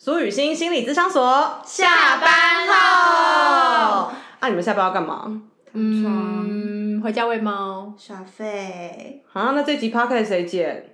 苏雨欣心理咨商所下班后， 你们下班要干嘛？ 回家喂猫， 耍废。 那这集 podcast 谁剪？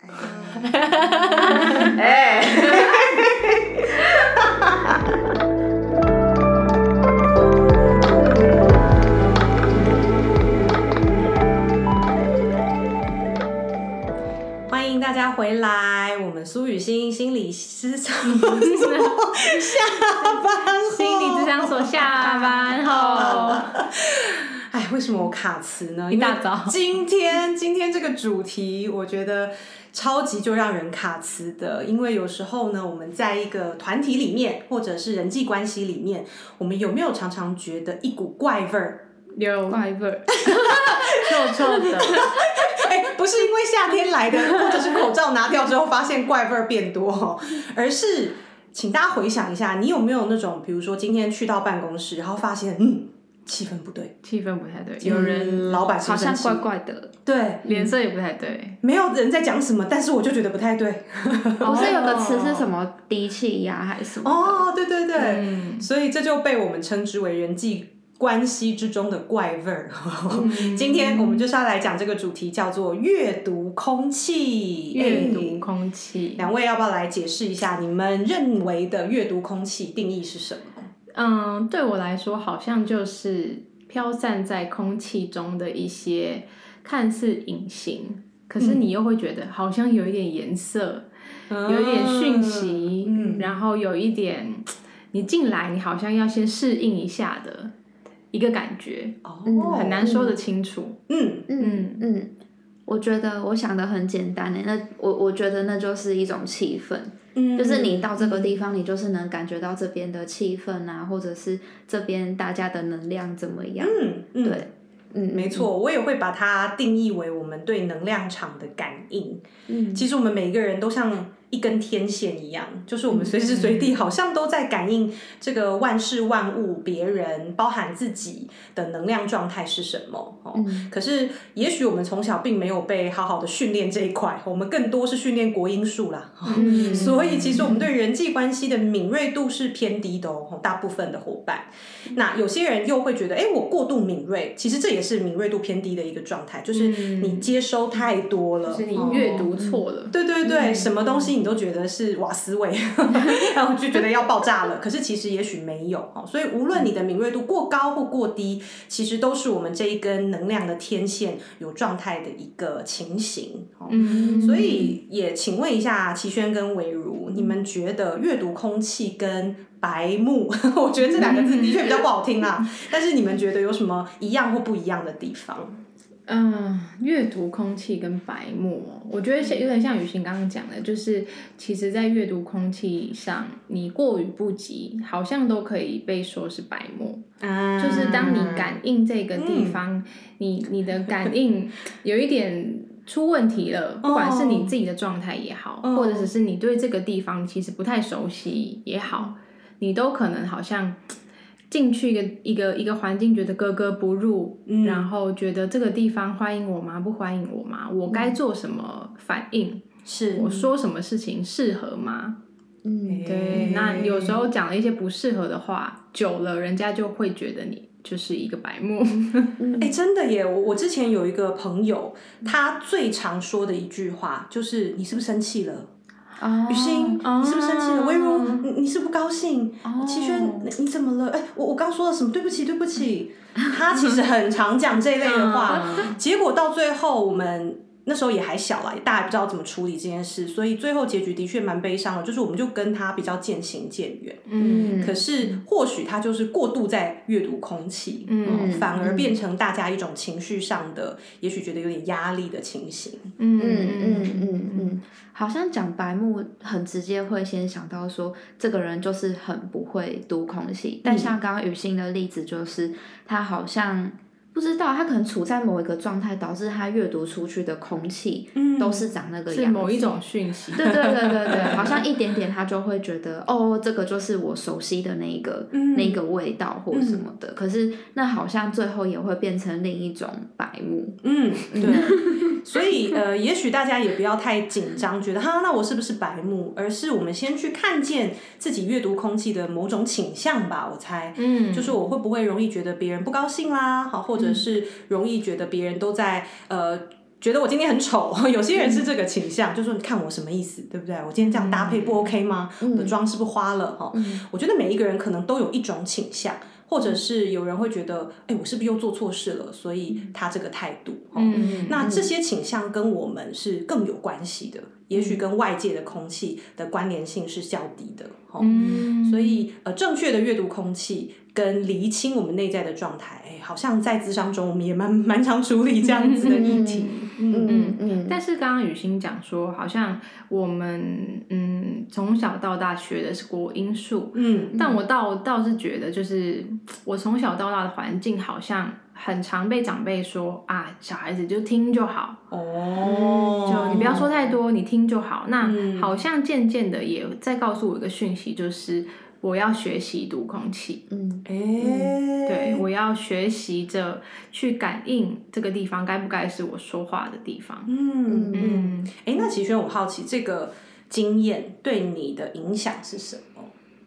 欢迎大家回来，我们苏雨欣心理咨商所下班后， 心理咨商所下班后。 为什么我卡词呢？ 一大早。 今天这个主题，我觉得超级就让人卡词的，因为有时候呢，我们在一个团体里面，或者是人际关系里面，我们有没有常常觉得一股怪味儿？ 有怪味儿，臭臭的。 不是因为夏天来的，或者是口罩拿掉之后发现怪味儿变多，而是请大家回想一下，你有没有那种，比如说今天去到办公室，然后发现气氛不对，有人老板好像怪怪的， 对， 脸色也不太对， 没有人在讲什么，但是我就觉得不太对。 不是有个词是什么低气压还是什么的？对，所以这就被我们称之为人际关系之中的怪味儿。今天我们就是要来讲这个主题，叫做阅读空气。 阅读空气， 两位要不要来解释一下你们认为的阅读空气定义是什么？ 对我来说，好像就是飘散在空气中的一些看似隐形，可是你又会觉得好像有一点颜色，有一点讯息，然后有一点你进来，你好像要先适应一下的一个感觉，很难说得清楚。 我觉得我想的很简单的，那我觉得那就是一种气氛。就是你到这个地方，你就是能感觉到这边的气氛啊，或者是这边大家的能量怎么样。对， 没错，我也会把它定义为我们对能量场的感应。其实我们每一个人都像一根天线一样，就是我们随时随地好像都在感应这个万事万物、别人，包含自己的能量状态是什么。可是也许我们从小并没有被好好的训练这一块，我们更多是训练国音数啦。所以其实我们对人际关系的敏锐度是偏低的大部分的伙伴。那有些人又会觉得我过度敏锐，其实这也是敏锐度偏低的一个状态，就是你接收太多了， 就是你阅读错了。 对，什么东西你都觉得是瓦斯味，然后就觉得要爆炸了，可是其实也许没有。所以无论你的敏锐度过高或过低，其实都是我们这一根能量的天线有状态的一个情形。所以也请问一下齐轩跟维如，你们觉得阅读空气跟白目我觉得这两个字的确比较不好听啊，但是你们觉得有什么一样或不一样的地方？ 阅读空气跟白目，我觉得有点像雨欣刚刚讲的，就是其实在阅读空气上，你过于不及，好像都可以被说是白目。就是当你感应这个地方，你的感应有一点出问题了，不管是你自己的状态也好，或者是你对这个地方其实不太熟悉也好，你都可能好像进去一个环境，觉得格格不入，然后觉得这个地方欢迎我吗？不欢迎我吗？我该做什么反应？ 是我说什么事情适合吗？对，那有时候讲了一些不适合的话，久了人家就会觉得你就是一个白目。 真的耶！我之前有一个朋友，他最常说的一句话就是：“你是不是生气了？”雨欣，你是不是生气了？微如，你是不高兴？齐轩，你怎么了？我刚说了什么？对不起。他其实很常讲这类的话，结果到最后我们那时候也还小啦，大家也不知道怎么处理这件事，所以最后结局的确蛮悲伤的，就是我们就跟他比较渐行渐远。可是或许他就是过度在阅读空气，反而变成大家一种情绪上的，也许觉得有点压力的情形。 好像讲白目很直接会先想到说这个人就是很不会读空气，但像刚刚雨欣的例子，就是他好像不知道，他可能处在某一个状态，导致他阅读出去的空气都是长那个样子， 是某一种讯息。 对，好像一点点他就会觉得这个就是我熟悉的那个味道或什么的，可是那好像最后也会变成另一种白目。 对。 所以也许大家也不要太紧张，觉得那我是不是白目？而是我们先去看见自己阅读空气的某种倾向吧，我猜，就是我会不会容易觉得别人不高兴啦，好，或者是容易觉得别人都在觉得我今天很丑，有些人是这个倾向，就说你看我什么意思，对不对？我今天这样搭配不 OK 吗？我的妆是不是花了？我觉得每一个人可能都有一种倾向，或者是有人会觉得，我是不是又做错事了？所以他这个态度，那这些倾向跟我们是更有关系的，也许跟外界的空气的关联性是较低的。所以正确的阅读空气跟厘清我们内在的状态，好像在諮商中我们也蛮常处理这样子的议题。 但是刚刚雨欣讲说，好像我们从小到大学的是国英数，但我倒是觉得，就是我从小到大的环境好像很常被长辈说啊，小孩子就听就好，就你不要说太多，你听就好。那好像渐渐的也在告诉我一个讯息，就是我要学习读空气，对，我要学习着去感应这个地方该不该是我说话的地方。 那齐轩，我好奇这个经验对你的影响是什么？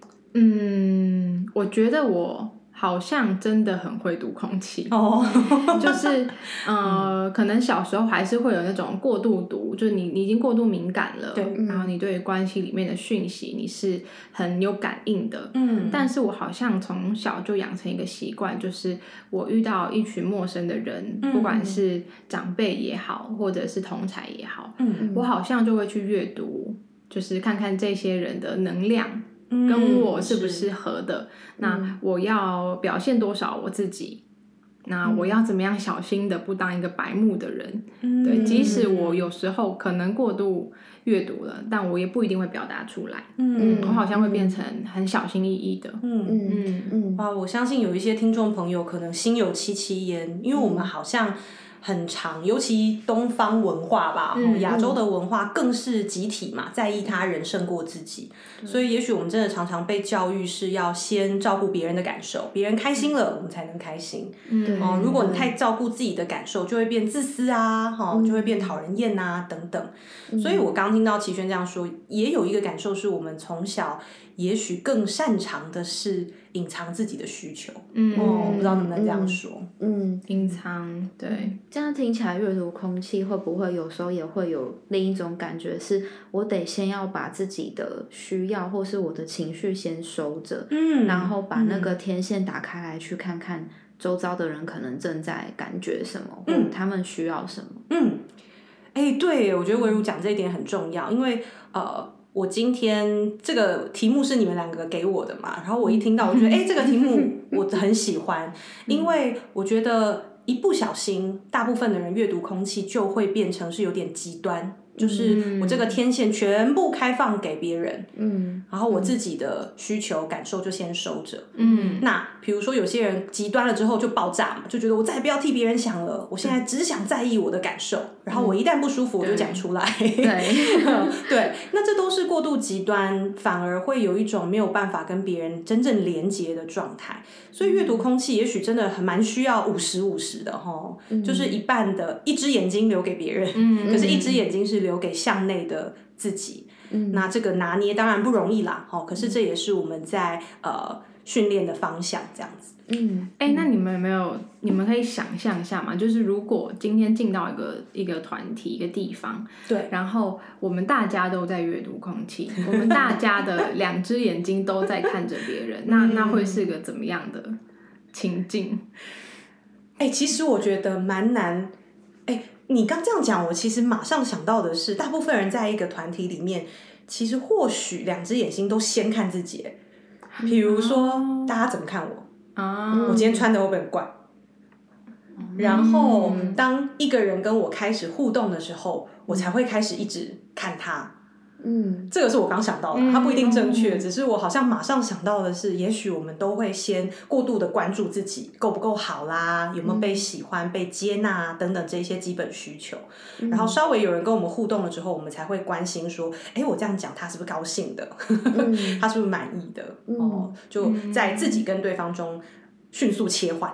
我觉得我好像真的很会读空气就是可能小时候还是会有那种过度读，就是你已经过度敏感了，然后你对关系里面的讯息你是很有感应的，但是我好像从小就养成一个习惯，就是我遇到一群陌生的人，不管是长辈也好，或者是同侪也好，我好像就会去阅读，就是看看这些人的能量跟我是不是合的，那我要表现多少我自己，那我要怎么样小心的不当一个白目的人，对，即使我有时候可能过度阅读了，但我也不一定会表达出来，我好像会变成很小心翼翼的。 哇，我相信有一些听众朋友可能心有戚戚焉，因为我们好像很常，尤其东方文化吧，亚洲的文化更是集体嘛，在意他人胜过自己，所以也许我们真的常常被教育是要先照顾别人的感受，别人开心了我们才能开心。如果你太照顾自己的感受，就会变自私啊，就会变讨人厌啊等等。所以我刚听到齐轩这样说，也有一个感受是我们从小也许更擅长的是隐藏自己的需求。我不知道能不能这样说。 隐藏，对。 这样听起来阅读空气会不会有时候也会有另一种感觉，是我得先要把自己的需要或是我的情绪先收着，然后把那个天线打开来，去看看周遭的人可能正在感觉什么，或他们需要什么。 对，我觉得微如讲这一点很重要，因为我今天这个题目是你们两个给我的嘛，然后我一听到我觉得这个题目我很喜欢，因为我觉得一不小心大部分的人阅读空气就会变成是有点极端，就是我这个天线全部开放给别人，然后我自己的需求感受就先收着。那比如说有些人极端了之后就爆炸嘛，就觉得我再也不要替别人想了，我现在只想在意我的感受，然后我一旦不舒服我就讲出来。对，那这都是过度极端，反而会有一种没有办法跟别人真正连结的状态。所以阅读空气也许真的很蛮需要50-50的就是一半的一只眼睛留给别人，可是一只眼睛是留给向内的自己。那这个拿捏当然不容易啦，可是这也是我们在训练的方向这样子。 那你们有没有，你们可以想象一下嘛，就是如果今天进到一个团体一个地方， 对， 然后我们大家都在阅读空气，我们大家的2只眼睛都在看着别人，那会是个怎么样的情境？ 其实我觉得蛮难。你刚这样讲，我其实马上想到的是，大部分人在一个团体里面，其实或许2只眼睛都先看自己。比如说，大家怎么看我？我今天穿的会不会很怪？然后当一个人跟我开始互动的时候，我才会开始一直看他。这个是我刚想到的，它不一定正确，只是我好像马上想到的是，也许我们都会先过度的关注自己够不够好啦，有没有被喜欢、被接纳等等这些基本需求，然后稍微有人跟我们互动了之后，我们才会关心说，我这样讲他是不是高兴的，他是不是满意的，就在自己跟对方中迅速切换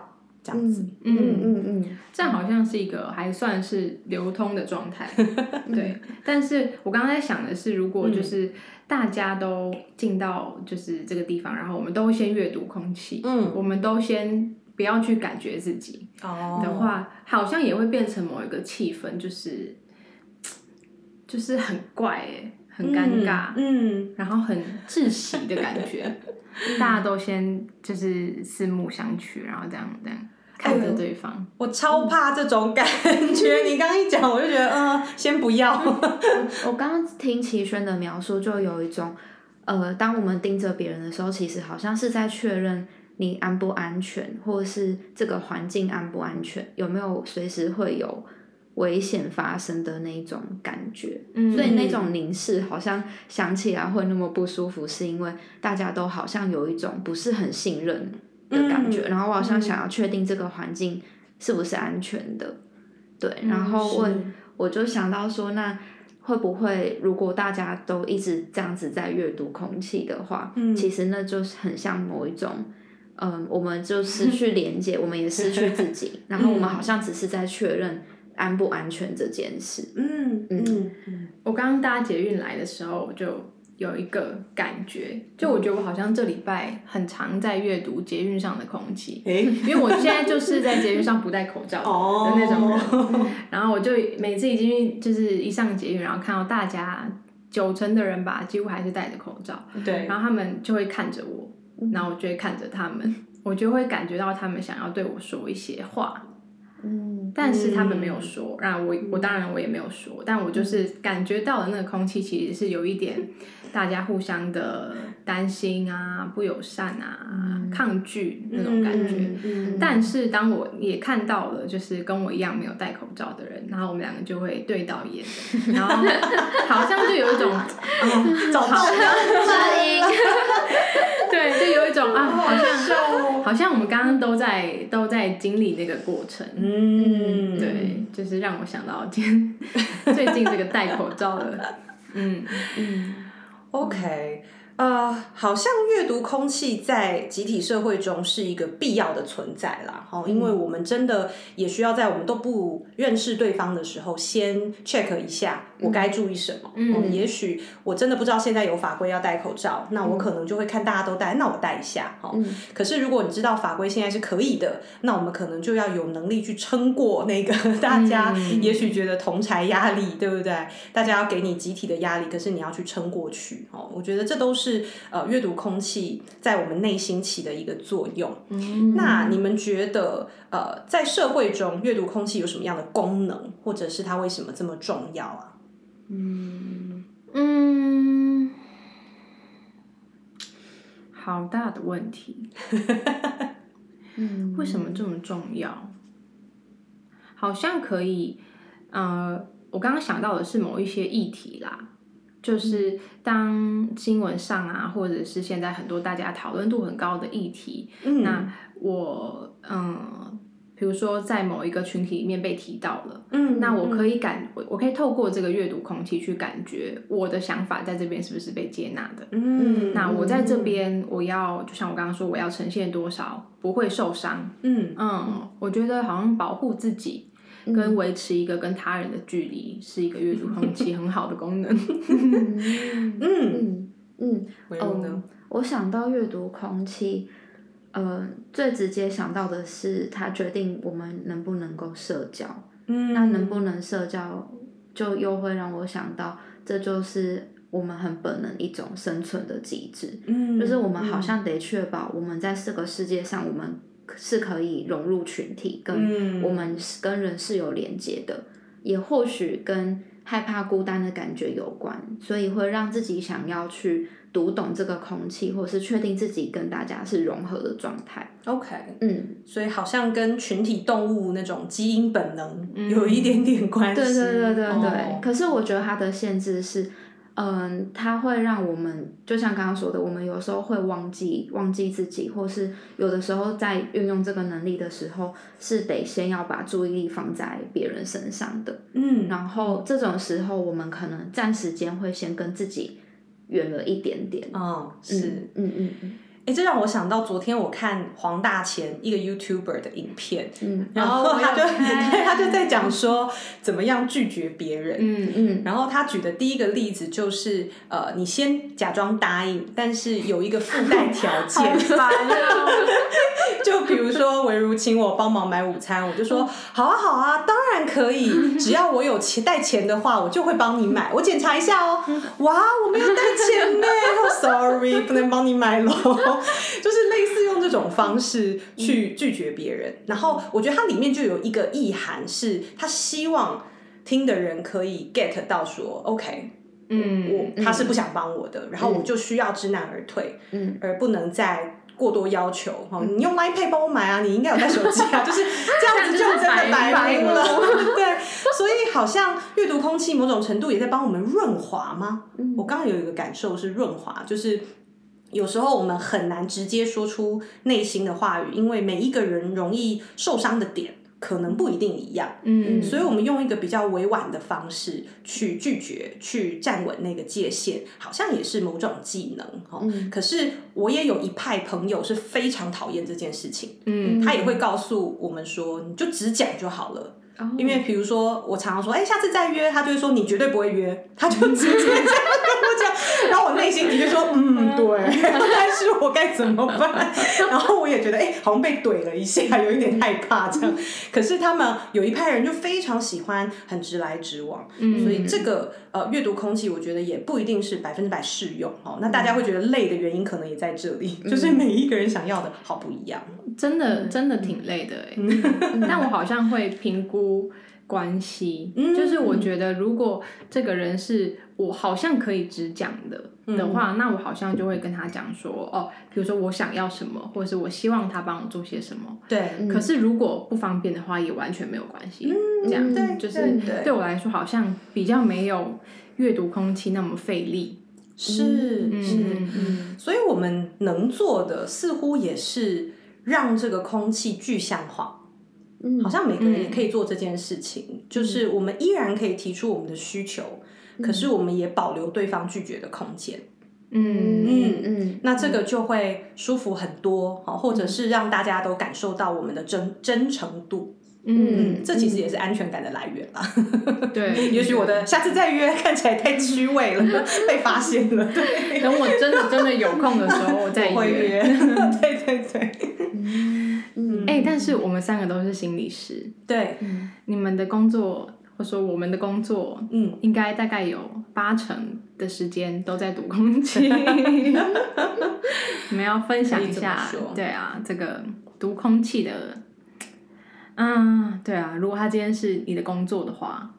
这样子。 这样好像是一个还算是流通的状态。对，但是我刚刚在想的是，如果就是大家都进到就是这个地方，然后我们都先阅读空气，我们都先不要去感觉自己的话，好像也会变成某一个气氛，就是很怪很尴尬，然后很窒息的感觉。大家都先就是四目相觑，然后这样看着对方。 我超怕这种感觉，你刚刚一讲，我就觉得先不要。 我刚刚听齐轩的描述，就有一种当我们盯着别人的时候，其实好像是在确认你安不安全，或者是这个环境安不安全，有没有随时会有危险发生的那种感觉。所以那种凝视好像想起来会那么不舒服，是因为大家都好像有一种不是很信任的感觉，然后我好像想要确定这个环境是不是安全的。对，然后我就想到说，那会不会如果大家都一直这样子在阅读空气的话，其实那就是很像某一种我们就失去连接，我们也失去自己，然后我们好像只是在确认安不安全这件事。 我刚刚搭捷运来的时候，我就有一个感觉，就我觉得我好像这礼拜很常在阅读捷运上的空气，因为我现在就是在捷运上不戴口罩的那种人，然后我就每次就是一上捷运，然后看到大家90%的人吧，几乎还是戴着口罩， 对， 然后他们就会看着我，然后我就会看着他们，我就会感觉到他们想要对我说一些话。但是他们没有说，然后我当然我也没有说，但我就是感觉到的那个空气其实是有一点大家互相的担心啊、不友善啊、抗拒那种感觉。但是当我也看到了，就是跟我一样没有戴口罩的人，然后我们两个就会对到眼，然后好像就有一种找到知音。 对，就有一种好像我们刚刚都在经历那个过程。对，就是让我想到最近这个戴口罩的。 OK，好像阅读空气在集体社会中是一个必要的存在啦，因为我们真的也需要在我们都不认识对方的时候，先 check 一下我该注意什么。也许我真的不知道现在有法规要戴口罩，那我可能就会看大家都戴，那我戴一下。可是如果你知道法规现在是可以的，那我们可能就要有能力去撑过那个大家也许觉得同侪压力，对不对？大家要给你集体的压力，可是你要去撑过去。我觉得这都是阅读空气在我们内心起的一个作用。那你们觉得在社会中阅读空气有什么样的功能，或者是它为什么这么重要啊？ 好大的问题。为什么这么重要？好像可以我刚刚想到的是某一些议题啦，就是当新闻上啊，或者是现在很多大家讨论度很高的议题，那我比如说在某一个群体里面被提到了，那我可以我可以透过这个阅读空气去感觉我的想法在这边是不是被接纳的。那我在这边就像我刚刚说，我要呈现多少不会受伤。我觉得好像保护自己跟维持一个跟他人的距离是一个阅读空气很好的功能。 我想到阅读空气最直接想到的是它决定我们能不能够社交。那能不能社交就又会让我想到这就是我们很本能一种生存的机制。就是我们好像得确保我们在这个世界上我们是可以融入群体，跟我们跟人是有连接的，也或许跟害怕孤单的感觉有关，所以会让自己想要去读懂这个空气，或是确定自己跟大家是融合的状态。 OK， 所以好像跟群体动物那种基因本能有一点点关系。 对。可是我觉得它的限制是，它会让我们就像刚刚说的，我们有时候会忘记自己，或是有的时候在运用这个能力的时候，是得先要把注意力放在别人身上的。然后这种时候，我们可能暂时间会先跟自己远了一点点。 是。 这让我想到昨天我看黄大千一个 YouTuber 的影片，然后他就在讲说怎么样拒绝别人，然后他举的第一个例子就是你先假装答应，但是有一个附带条件， 好烦哦就比如说唯如请我帮忙买午餐，我就说好啊好啊，当然可以，只要我有带钱的话，我就会帮你买。我检查一下哦，哇，我没有带钱呢，sorry， 不能帮你买咯。就是类似用这种方式去拒绝别人，然后我觉得它里面就有一个意涵，是他希望听的人可以 get 到说 OK。他是不想帮我的，然后我就需要知难而退，而不能再过多要求。你用 Line Pay 帮我买啊，你应该有带手机啊，就是这样子就真的白目了。对，所以好像阅读空气某种程度也在帮我们润滑吗？我刚刚有一个感受是润滑，就是有时候我们很难直接说出内心的话语，因为每一个人容易受伤的点可能不一定一样，所以我们用一个比较委婉的方式去拒绝，去站稳那个界限，好像也是某种技能。可是我也有一派朋友是非常讨厌这件事情，他也会告诉我们说，你就只讲就好了。因为比如说我常常说下次再约，他就会说你绝对不会约，他就直接这样跟我讲，然后我内心的确说对，但是我该怎么办？然后我也觉得好像被怼了一下，有一点害怕这样。可是他们有一派人就非常喜欢很直来直往，所以这个阅读空气我觉得也不一定是100%适用。那大家会觉得累的原因可能也在这里，就是每一个人想要的好不一样， 真的挺累的但我好像会评估关系，就是我觉得如果这个人是我好像可以只讲的话，那我好像就会跟他讲说比如说我想要什么，或者是我希望他帮我做些什么。 对， 可是如果不方便的话也完全没有关系，这样就是对我来说好像比较没有阅读空气那么费力。 是，所以我们能做的似乎也是让这个空气具象化。好像每个人也可以做这件事情，就是我们依然可以提出我们的需求，可是我们也保留对方拒绝的空间。那这个就会舒服很多，或者是让大家都感受到我们的真诚度。这其实也是安全感的来源啦。 对， 也许我的下次再约看起来太虚伪了，被发现了。对， 等我真的有空的时候，我再约。对。 但是我们3个都是心理师， 对， 你们的工作或说我们的工作，应该大概有80%的时间都在读空气。你们要分享一下，对啊，这个读空气的。对啊，如果他今天是你的工作的话，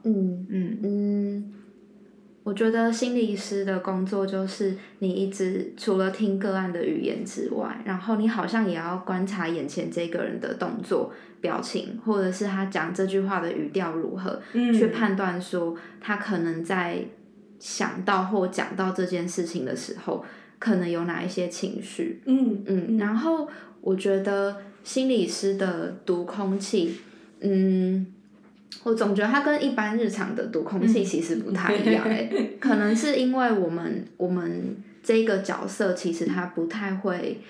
我觉得心理师的工作就是你一直除了听个案的语言之外，然后你好像也要观察眼前这个人的动作、表情，或者是他讲这句话的语调如何，去判断说他可能在想到或讲到这件事情的时候，可能有哪一些情绪。然后我觉得心理师的读空气，我总觉得它跟一般日常的读空气其实不太一样可能是因为我们这个角色其实他不太会，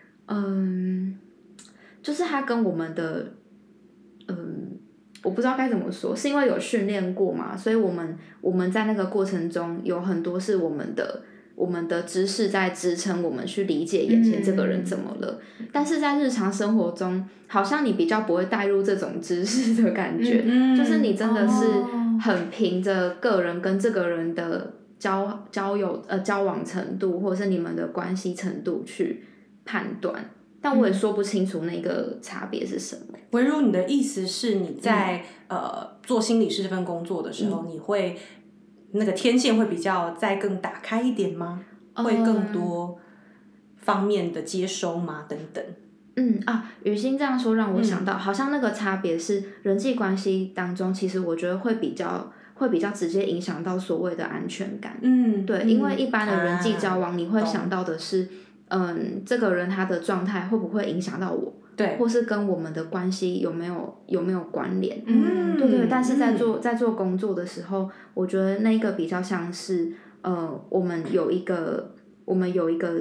就是他跟我们的，我不知道该怎么说，是因为有训练过嘛，所以我们在那个过程中有很多是我们的知识在支撑我们去理解眼前这个人怎么了，但是在日常生活中好像你比较不会带入这种知识的感觉，就是你真的是很凭着个人跟这个人的交往程度或者是你们的关系程度去判断，但我也说不清楚那个差别是什么。 唯如你的意思是你在做心理师这份工作的时候，你会那个天线会比较再更打开一点吗？会更多方面的接收吗？等等。 雨欣这样说让我想到，好像那个差别是人际关系当中，其实我觉得会比较直接影响到所谓的安全感。对，因为一般的人际交往，你会想到的是，这个人他的状态会不会影响到我？对，或是跟我们的关系有没有关联？对。但是在做工作的时候，我觉得那个比较像是，我们有一个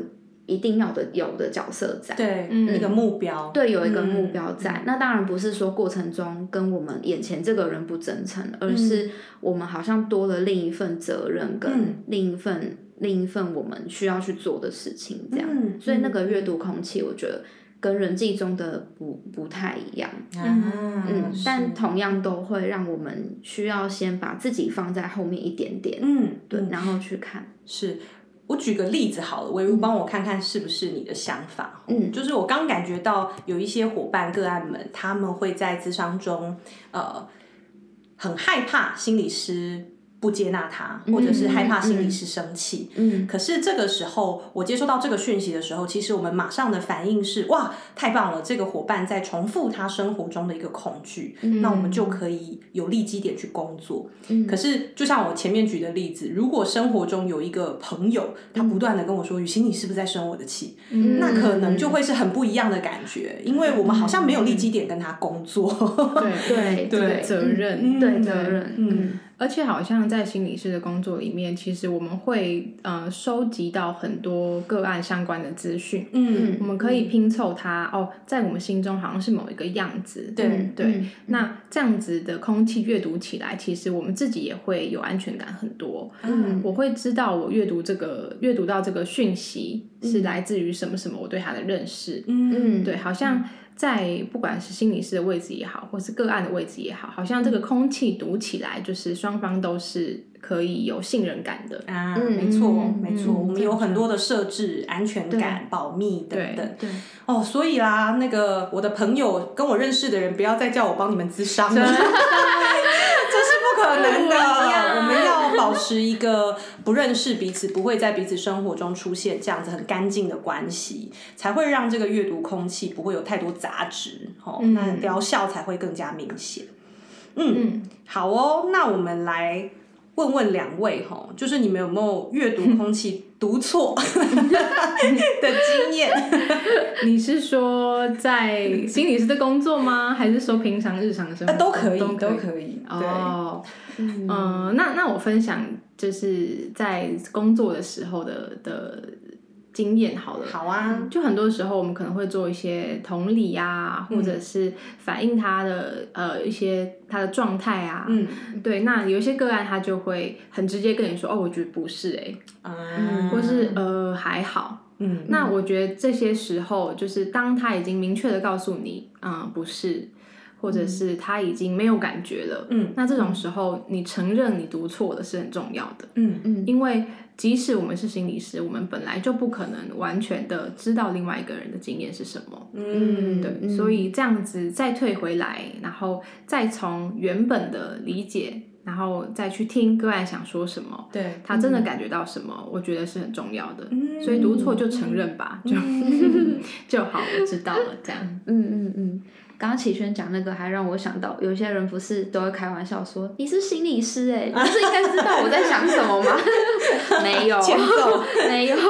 一定要有的角色在， 对，一个目标， 对，有一个目标在。那当然不是说过程中跟我们眼前这个人不真诚，而是我们好像多了另一份责任跟另一份我们需要去做的事情，这样。所以那个阅读空气，我觉得跟人际中的不太一样，但同样都会让我们需要先把自己放在后面一点点，对，然后去看。 是。我举个例子好了，微如帮我看看是不是你的想法。就是我刚感觉到有一些伙伴个案们，他们会在咨商中，很害怕心理师不接纳他，或者是害怕心理师生气。可是这个时候我接收到这个讯息的时候，其实我们马上的反应是哇，太棒了，这个伙伴在重复他生活中的一个恐惧，那我们就可以有立基点去工作。可是就像我前面举的例子，如果生活中有一个朋友，他不断的跟我说雨欣你是不是在生我的气，那可能就会是很不一样的感觉，因为我们好像没有立基点跟他工作。 对责任， 对责任， 而且好像在心理师的工作里面，其实我们会收集到很多个案相关的资讯，我们可以拼凑它在我们心中好像是某一个样子，对，那这样子的空气阅读起来，其实我们自己也会有安全感很多。我会知道我阅读到这个讯息是来自于什么什么，我对它的认识，对，好像在不管是心理师的位置也好，或是个案的位置也好，好像这个空气读起来就是双方都是可以有信任感的啊，没错，我们有很多的设置、安全感、保密等等。对，所以啦，那个我的朋友跟我认识的人，不要再叫我帮你们咨商了，这是不可能的。我们要保持一个不认识彼此，不会在彼此生活中出现这样子很干净的关系，才会让这个阅读空气不会有太多杂质，那疗效才会更加明显。好哦，那我们来问问两位就是你们有没有阅读空气读错的经验？ 你是说在心理师的工作吗？还是说平常日常生活？ 都可以。 哦，那我分享就是在工作的时候的经验好了。 好啊， 就很多时候我们可能会做一些同理啊，或者是反映他的一些他的状态啊。对，那有一些个案他就会很直接跟你说，我觉得不是或是还好。那我觉得这些时候就是当他已经明确的告诉你不是，或者是他已经没有感觉了，那这种时候你承认你读错了是很重要的。因为即使我们是心理师，我们本来就不可能完全的知道另外一个人的经验是什么。对，所以这样子再退回来，然后再从原本的理解，然后再去听个案想说什么， 对， 他真的感觉到什么，我觉得是很重要的。所以读错就承认吧，就好，我知道了，这样。 刚刚启轩讲那个，还让我想到，有些人不是都会开玩笑说你是心理师你不是应该知道我在想什么吗？没有， 欠揍， 没有。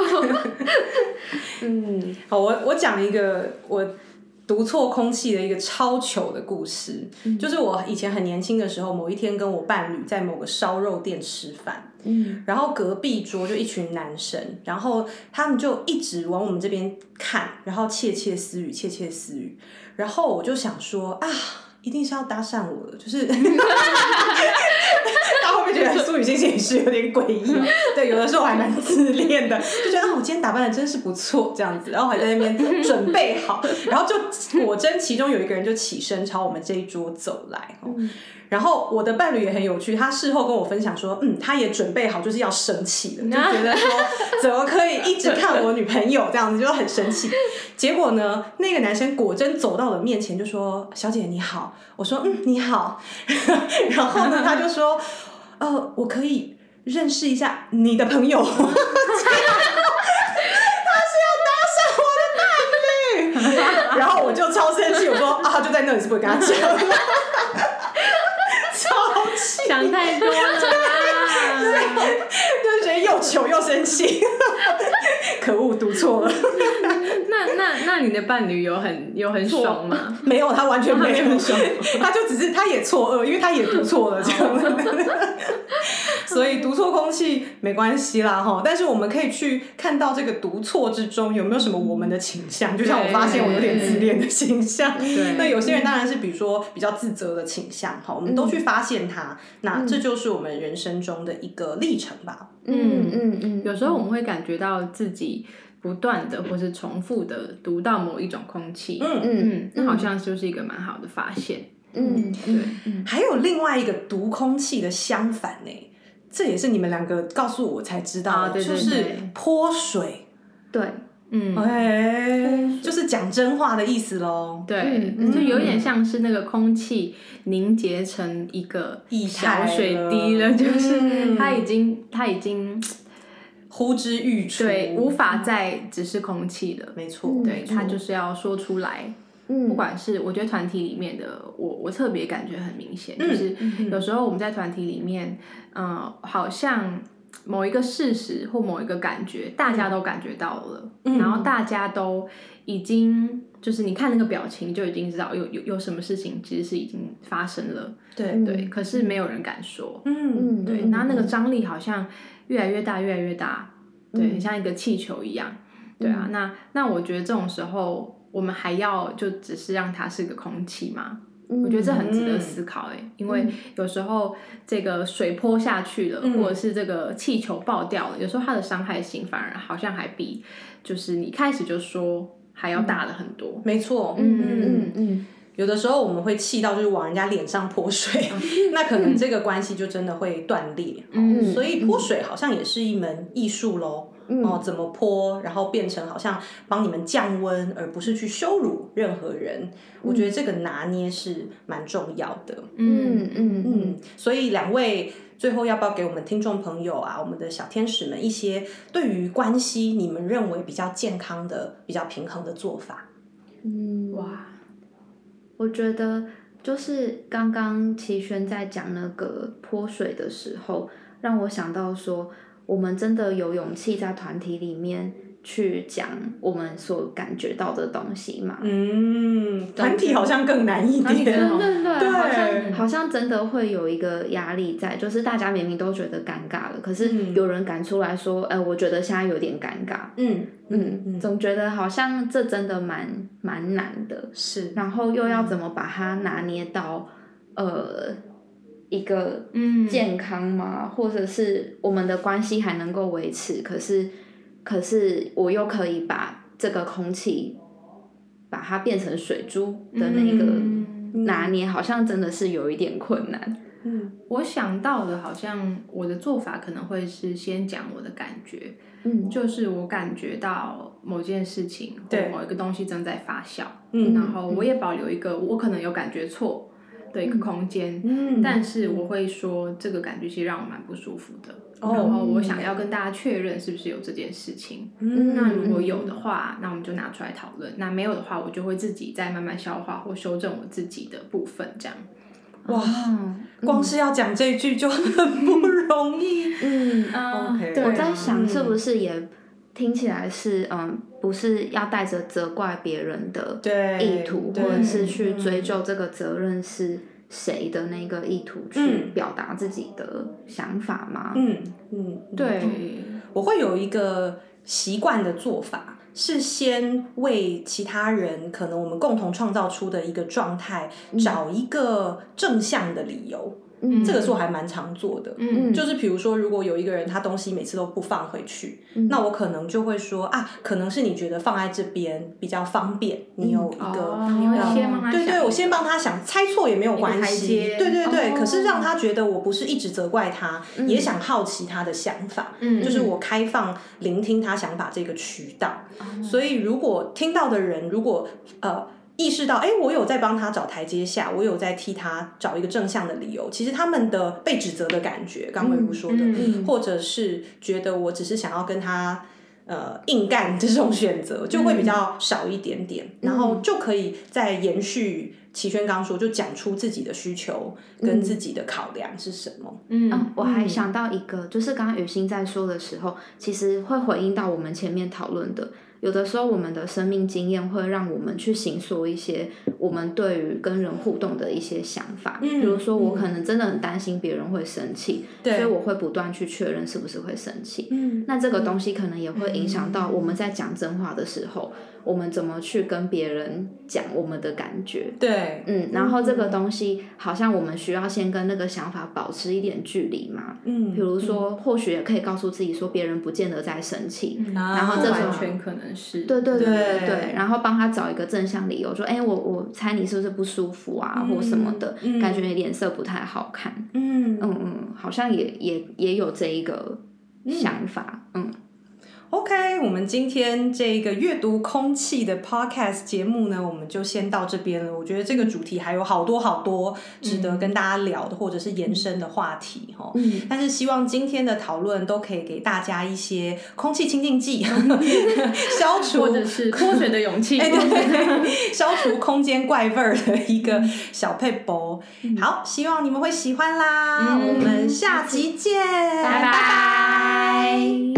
好，我讲一个我读错空气的一个超糗的故事，就是我以前很年轻的时候，某一天跟我伴侣在某个烧肉店吃饭，然后隔壁桌就一群男生，然后他们就一直往我们这边看，然后窃窃私语，然后我就想说一定是要搭讪我的，就是大家会不会觉得苏雨欣心理师有点诡异？对，有的时候我还蛮自恋的，就觉得我今天打扮的真是不错这样子，然后还在那边准备好，然后就果真其中有一个人就起身朝我们这一桌走来，然后我的伴侣也很有趣，他事后跟我分享说，他也准备好就是要生气了，就觉得说怎么可以一直看我女朋友这样子，就很生气。结果呢，那个男生果真走到我面前就说：“小姐你好。”我说：“你好。”然后呢，他就说：“我可以认识一下你的朋友。”他是要搭讪我的伴侣，然后我就超生气，我说：“他就在那里，是不会跟他讲。” 想太多了啦， 就是觉得又糗又生气，可恶，读错了。 那你的伴侣有很爽吗？ 没有，他完全没有，他就只是他也错愕，因为他也读错了这样子。所以读错空气没关系啦齁，但是我们可以去看到这个读错之中有没有什么我们的倾向，就像我发现我有点自恋的倾向，那有些人当然是比如说比较自责的倾向，我们都去发现它，那这就是我们人生中的一个历程吧。 有时候我们会感觉到自己不断的或是重复的读到某一种空气，那好像就是一个蛮好的发现。 对，还有另外一个读空气的相反呢，这也是你们两个告诉我才知道的，就是泼水。 对， 就是讲真话的意思咯。 对，就有点像是那个空气凝结成一个小水滴了，就是它已经呼之欲出， 对，无法再只是空气了。 没错， 对，它就是要说出来。不管是我觉得团体里面的我特别感觉很明显，就是有时候我们在团体里面，好像某一个事实或某一个感觉，大家都感觉到了，然后大家都已经就是你看那个表情就已经知道有什么事情其实是已经发生了，对，可是没有人敢说，对，然后那个张力好像越来越大，越来越大，对，很像一个气球一样，对啊，那我觉得这种时候。我们还要就只是让它是个空气吗？我觉得这很值得思考因为有时候这个水泼下去了，或者是这个气球爆掉了，有时候它的伤害性反而好像还比就是你开始就说还要大了很多。 没错，有的时候我们会气到就是往人家脸上泼水，那可能这个关系就真的会断裂。所以泼水好像也是一门艺术咯。怎么泼，然后变成好像帮你们降温，而不是去羞辱任何人。我觉得这个拿捏是蛮重要的。所以两位最后要不要给我们听众朋友啊，我们的小天使们一些对于关系你们认为比较健康的、比较平衡的做法？ 哇，我觉得就是刚刚齐轩在讲那个泼水的时候，让我想到说。我们真的有勇气在团体里面去讲我们所感觉到的东西嘛？ 团体好像更难一点。 对，好像真的会有一个压力在，就是大家明明都觉得尴尬了，可是有人敢出来说，我觉得现在有点尴尬。总觉得好像这真的蛮难的。 是， 然后又要怎么把它拿捏到一个健康吗？或者是我们的关系还能够维持，可是我又可以把这个空气把它变成水珠的那个拿捏，好像真的是有一点困难。 我想到的好像我的做法可能会是先讲我的感觉，就是我感觉到某件事情或某一个东西正在发酵，然后我也保留一个我可能有感觉错的一个空间，但是我会说这个感觉其实让我蛮不舒服的，然后我想要跟大家确认是不是有这件事情，那如果有的话，那我们就拿出来讨论，那没有的话我就会自己再慢慢消化或修正我自己的部分这样。 哇，光是要讲这一句就很不容易。 对，我在想是不是也听起来是不是要带着责怪别人的意图，或者是去追究这个责任是谁的那个意图去表达自己的想法吗？ 对， 我会有一个习惯的做法，是先为其他人可能我们共同创造出的一个状态找一个正向的理由。这个是我还蛮常做的，就是比如说如果有一个人他东西每次都不放回去，那我可能就会说可能是你觉得放在这边比较方便，你有一个你会先帮他想， 对，我先帮他想，猜错也没有关系，对，可是让他觉得我不是一直责怪他，也想好奇他的想法，就是我开放聆听他想法这个渠道，所以如果听到的人如果意识到我有在帮他找台阶下，我有在替他找一个正向的理由，其实他们的被指责的感觉刚慧如说的，或者是觉得我只是想要跟他硬干这种选择就会比较少一点点，然后就可以再延续齐轩刚说，就讲出自己的需求跟自己的考量是什么。 我还想到一个，就是刚刚雨欣在说的时候，其实会回应到我们前面讨论的， 有的时候我们的生命经验会让我们去形塑一些我们对于跟人互动的一些想法，比如说我可能真的很担心别人会生气，所以我会不断去确认是不是会生气，那这个东西可能也会影响到我们在讲真话的时候，我们怎么去跟别人讲我们的感觉， 对， 然后这个东西好像我们需要先跟那个想法保持一点距离嘛，比如说或许也可以告诉自己说别人不见得在生气，然后这种完全可能是对，然后帮他找一个正向理由，说我猜你是不是不舒服啊，或什么的，感觉你脸色不太好看，好像也有这一个想法 OK， 我们今天这个阅读空气的 podcast 节目呢，我们就先到这边了。我觉得这个主题还有好多值得跟大家聊的，或者是延伸的话题但是希望今天的讨论都可以给大家一些空气清净剂，消除或者是脱水的勇气， 对，消除空间怪味儿的一个小撇步。好，希望你们会喜欢啦。我们下集见， 拜拜。